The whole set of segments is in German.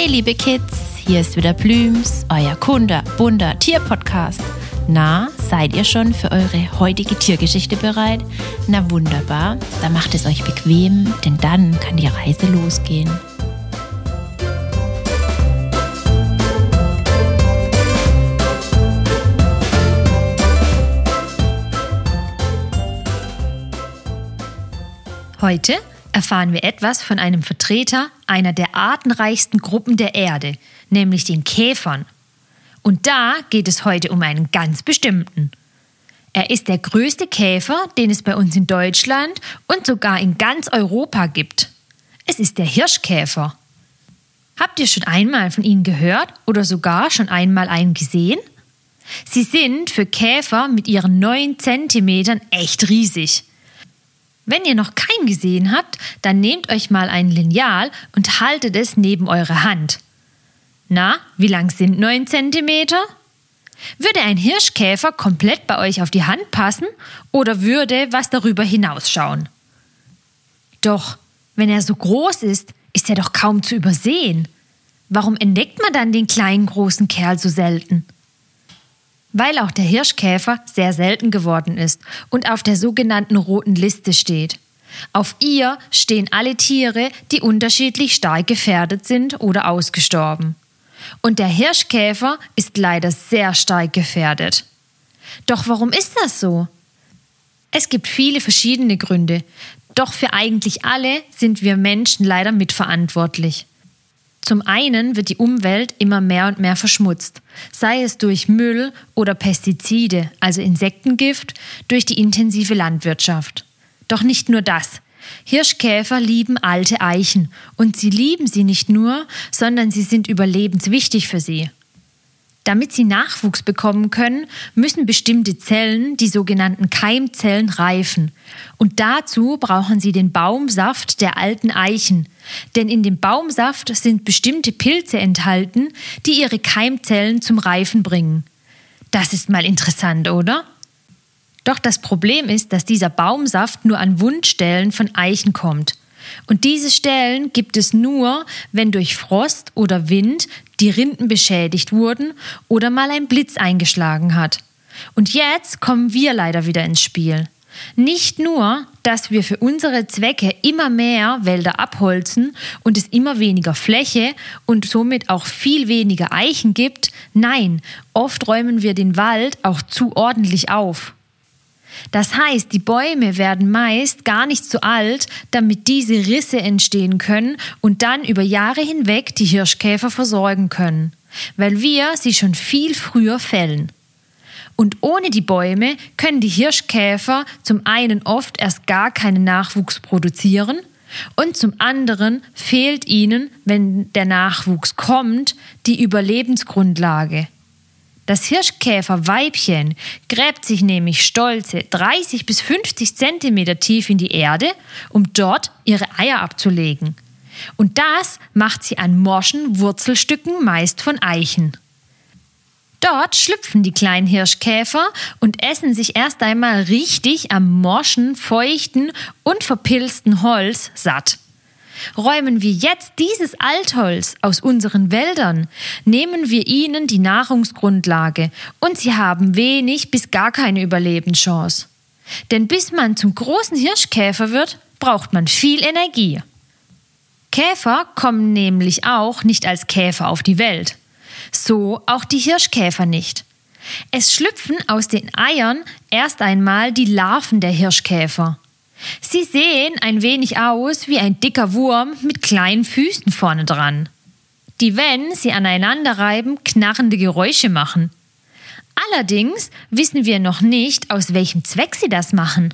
Hey liebe Kids, hier ist wieder Blüms, euer bunter Tierpodcast. Na, seid ihr schon für eure heutige Tiergeschichte bereit? Na wunderbar, dann macht es euch bequem, denn dann kann die Reise losgehen. Heute erfahren wir etwas von einem Vertreter einer der artenreichsten Gruppen der Erde, nämlich den Käfern. Und da geht es heute um einen ganz bestimmten. Er ist der größte Käfer, den es bei uns in Deutschland und sogar in ganz Europa gibt. Es ist der Hirschkäfer. Habt ihr schon einmal von ihnen gehört oder sogar schon einmal einen gesehen? Sie sind für Käfer mit ihren 9 Zentimetern echt riesig. Wenn ihr noch keinen gesehen habt, dann nehmt euch mal ein Lineal und haltet es neben eure Hand. Na, wie lang sind 9 Zentimeter? Würde ein Hirschkäfer komplett bei euch auf die Hand passen oder würde was darüber hinausschauen? Doch, wenn er so groß ist, ist er doch kaum zu übersehen. Warum entdeckt man dann den kleinen großen Kerl so selten? Weil auch der Hirschkäfer sehr selten geworden ist und auf der sogenannten roten Liste steht. Auf ihr stehen alle Tiere, die unterschiedlich stark gefährdet sind oder ausgestorben. Und der Hirschkäfer ist leider sehr stark gefährdet. Doch warum ist das so? Es gibt viele verschiedene Gründe, doch für eigentlich alle sind wir Menschen leider mitverantwortlich. Zum einen wird die Umwelt immer mehr und mehr verschmutzt, sei es durch Müll oder Pestizide, also Insektengift, durch die intensive Landwirtschaft. Doch nicht nur das. Hirschkäfer lieben alte Eichen und sie lieben sie nicht nur, sondern sie sind überlebenswichtig für sie. Damit sie Nachwuchs bekommen können, müssen bestimmte Zellen, die sogenannten Keimzellen, reifen. Und dazu brauchen sie den Baumsaft der alten Eichen. Denn in dem Baumsaft sind bestimmte Pilze enthalten, die ihre Keimzellen zum Reifen bringen. Das ist mal interessant, oder? Doch das Problem ist, dass dieser Baumsaft nur an Wundstellen von Eichen kommt. Und diese Stellen gibt es nur, wenn durch Frost oder Wind die Rinden beschädigt wurden oder mal ein Blitz eingeschlagen hat. Und jetzt kommen wir leider wieder ins Spiel. Nicht nur, dass wir für unsere Zwecke immer mehr Wälder abholzen und es immer weniger Fläche und somit auch viel weniger Eichen gibt, nein, oft räumen wir den Wald auch zu ordentlich auf. Das heißt, die Bäume werden meist gar nicht so alt, damit diese Risse entstehen können und dann über Jahre hinweg die Hirschkäfer versorgen können, weil wir sie schon viel früher fällen. Und ohne die Bäume können die Hirschkäfer zum einen oft erst gar keinen Nachwuchs produzieren und zum anderen fehlt ihnen, wenn der Nachwuchs kommt, die Überlebensgrundlage. Das Hirschkäferweibchen gräbt sich nämlich stolze 30 bis 50 Zentimeter tief in die Erde, um dort ihre Eier abzulegen. Und das macht sie an morschen Wurzelstücken, meist von Eichen. Dort schlüpfen die kleinen Hirschkäfer und essen sich erst einmal richtig am morschen, feuchten und verpilzten Holz satt. Räumen wir jetzt dieses Altholz aus unseren Wäldern, nehmen wir ihnen die Nahrungsgrundlage und sie haben wenig bis gar keine Überlebenschance. Denn bis man zum großen Hirschkäfer wird, braucht man viel Energie. Käfer kommen nämlich auch nicht als Käfer auf die Welt. So auch die Hirschkäfer nicht. Es schlüpfen aus den Eiern erst einmal die Larven der Hirschkäfer. Sie sehen ein wenig aus wie ein dicker Wurm mit kleinen Füßen vorne dran, die, wenn sie aneinander reiben, knarrende Geräusche machen. Allerdings wissen wir noch nicht, aus welchem Zweck sie das machen.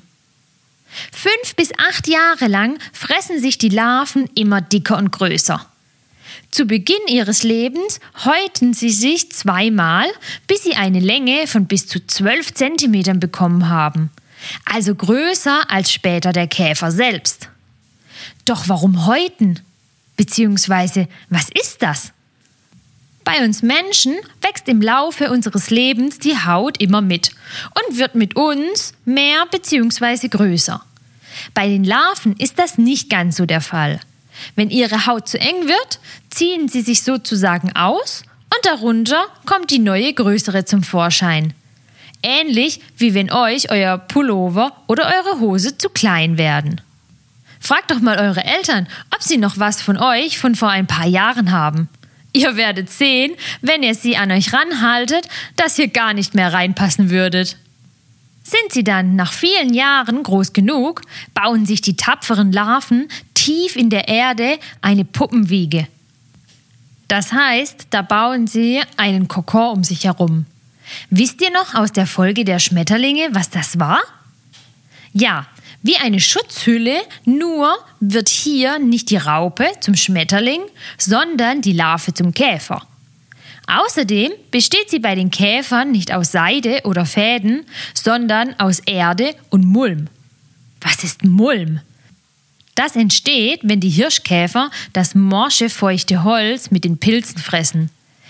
5 bis 8 Jahre lang fressen sich die Larven immer dicker und größer. Zu Beginn ihres Lebens häuten sie sich 2-mal, bis sie eine Länge von bis zu 12 Zentimetern bekommen haben. Also größer als später der Käfer selbst. Doch warum häuten? Beziehungsweise, was ist das? Bei uns Menschen wächst im Laufe unseres Lebens die Haut immer mit und wird mit uns mehr bzw. größer. Bei den Larven ist das nicht ganz so der Fall. Wenn ihre Haut zu eng wird, ziehen sie sich sozusagen aus und darunter kommt die neue, größere zum Vorschein. Ähnlich wie wenn euch euer Pullover oder eure Hose zu klein werden. Fragt doch mal eure Eltern, ob sie noch was von euch von vor ein paar Jahren haben. Ihr werdet sehen, wenn ihr sie an euch ranhaltet, dass ihr gar nicht mehr reinpassen würdet. Sind sie dann nach vielen Jahren groß genug, bauen sich die tapferen Larven tief in der Erde eine Puppenwiege. Das heißt, da bauen sie einen Kokon um sich herum. Wisst ihr noch aus der Folge der Schmetterlinge, was das war? Ja, wie eine Schutzhülle, nur wird hier nicht die Raupe zum Schmetterling, sondern die Larve zum Käfer. Außerdem besteht sie bei den Käfern nicht aus Seide oder Fäden, sondern aus Erde und Mulm. Was ist Mulm? Das entsteht, wenn die Hirschkäfer das morsche, feuchte Holz mit den Pilzen fressen.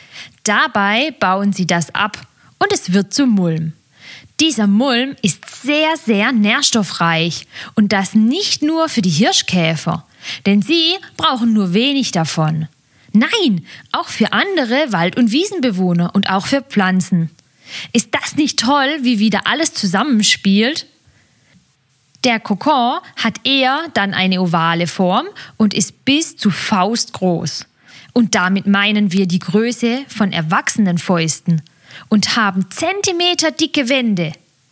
Dabei bauen sie das ab und es wird zu Mulm. Dieser Mulm ist sehr, sehr nährstoffreich und das nicht nur für die Hirschkäfer, denn sie brauchen nur wenig davon. Nein, auch für andere Wald- und Wiesenbewohner und auch für Pflanzen. Ist das nicht toll, wie wieder alles zusammenspielt? Der Kokon hat eher dann eine ovale Form und ist bis zu faustgroß. Und damit meinen wir die Größe von Erwachsenenfäusten und haben zentimeterdicke Wände.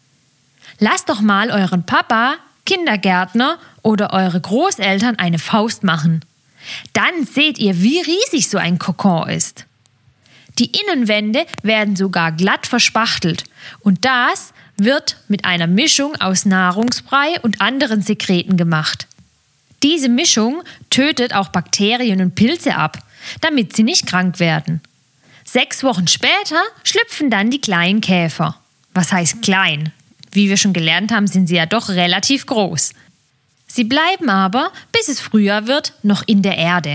Lasst doch mal euren Papa, Kindergärtner oder eure Großeltern eine Faust machen. Dann seht ihr, wie riesig so ein Kokon ist. Die Innenwände werden sogar glatt verspachtelt und das wird mit einer Mischung aus Nahrungsbrei und anderen Sekreten gemacht. Diese Mischung tötet auch Bakterien und Pilze ab, damit sie nicht krank werden. 6 Wochen später schlüpfen dann die kleinen Käfer. Was heißt klein? Wie wir schon gelernt haben, sind sie ja doch relativ groß. Sie bleiben aber, bis es Frühjahr wird, noch in der Erde.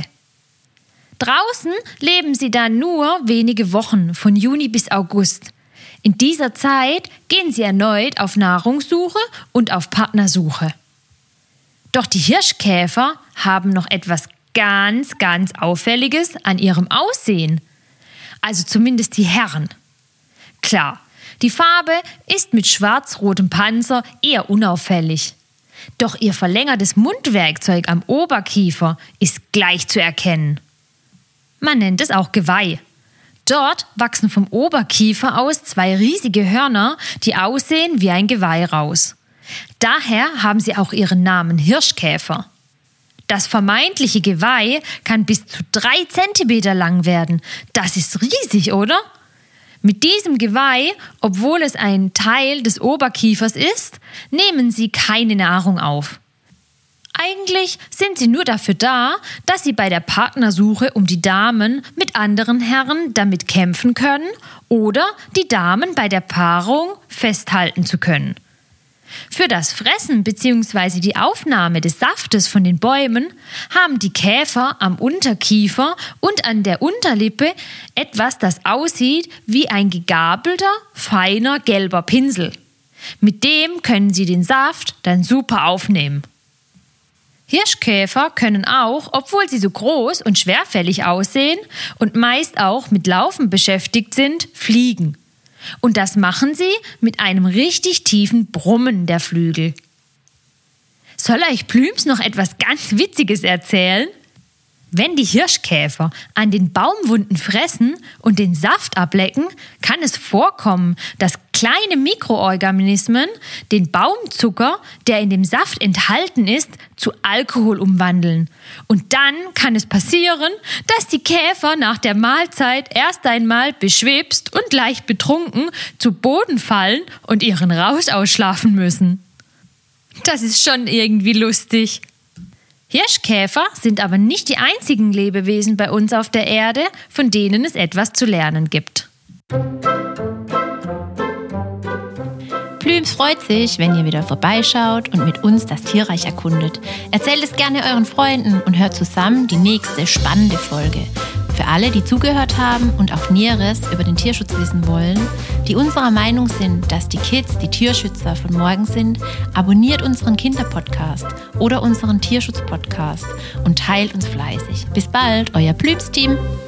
Draußen leben sie dann nur wenige Wochen, von Juni bis August. In dieser Zeit gehen sie erneut auf Nahrungssuche und auf Partnersuche. Doch die Hirschkäfer haben noch etwas ganz, ganz Auffälliges an ihrem Aussehen. Also zumindest die Herren. Klar, die Farbe ist mit schwarz-rotem Panzer eher unauffällig. Doch ihr verlängertes Mundwerkzeug am Oberkiefer ist gleich zu erkennen. Man nennt es auch Geweih. Dort wachsen vom Oberkiefer aus 2 riesige Hörner, die aussehen wie ein Geweih raus. Daher haben sie auch ihren Namen Hirschkäfer. Das vermeintliche Geweih kann bis zu 3 Zentimeter lang werden. Das ist riesig, oder? Mit diesem Geweih, obwohl es ein Teil des Oberkiefers ist, nehmen sie keine Nahrung auf. Eigentlich sind sie nur dafür da, dass sie bei der Partnersuche um die Damen mit anderen Herren damit kämpfen können oder die Damen bei der Paarung festhalten zu können. Für das Fressen bzw. die Aufnahme des Saftes von den Bäumen haben die Käfer am Unterkiefer und an der Unterlippe etwas, das aussieht wie ein gegabelter, feiner, gelber Pinsel. Mit dem können sie den Saft dann super aufnehmen. Hirschkäfer können auch, obwohl sie so groß und schwerfällig aussehen und meist auch mit Laufen beschäftigt sind, fliegen. Und das machen sie mit einem richtig tiefen Brummen der Flügel. Soll euch Plüms noch etwas ganz Witziges erzählen? Wenn die Hirschkäfer an den Baumwunden fressen und den Saft ablecken, kann es vorkommen, dass kleine Mikroorganismen den Baumzucker, der in dem Saft enthalten ist, zu Alkohol umwandeln. Und dann kann es passieren, dass die Käfer nach der Mahlzeit erst einmal beschwipst und leicht betrunken zu Boden fallen und ihren Rausch ausschlafen müssen. Das ist schon irgendwie lustig. Hirschkäfer sind aber nicht die einzigen Lebewesen bei uns auf der Erde, von denen es etwas zu lernen gibt. Plüms freut sich, wenn ihr wieder vorbeischaut und mit uns das Tierreich erkundet. Erzählt es gerne euren Freunden und hört zusammen die nächste spannende Folge. Für alle, die zugehört haben und auch Näheres über den Tierschutz wissen wollen, die unserer Meinung sind, dass die Kids die Tierschützer von morgen sind, abonniert unseren Kinderpodcast oder unseren Tierschutz-Podcast und teilt uns fleißig. Bis bald, euer Plübs-Team.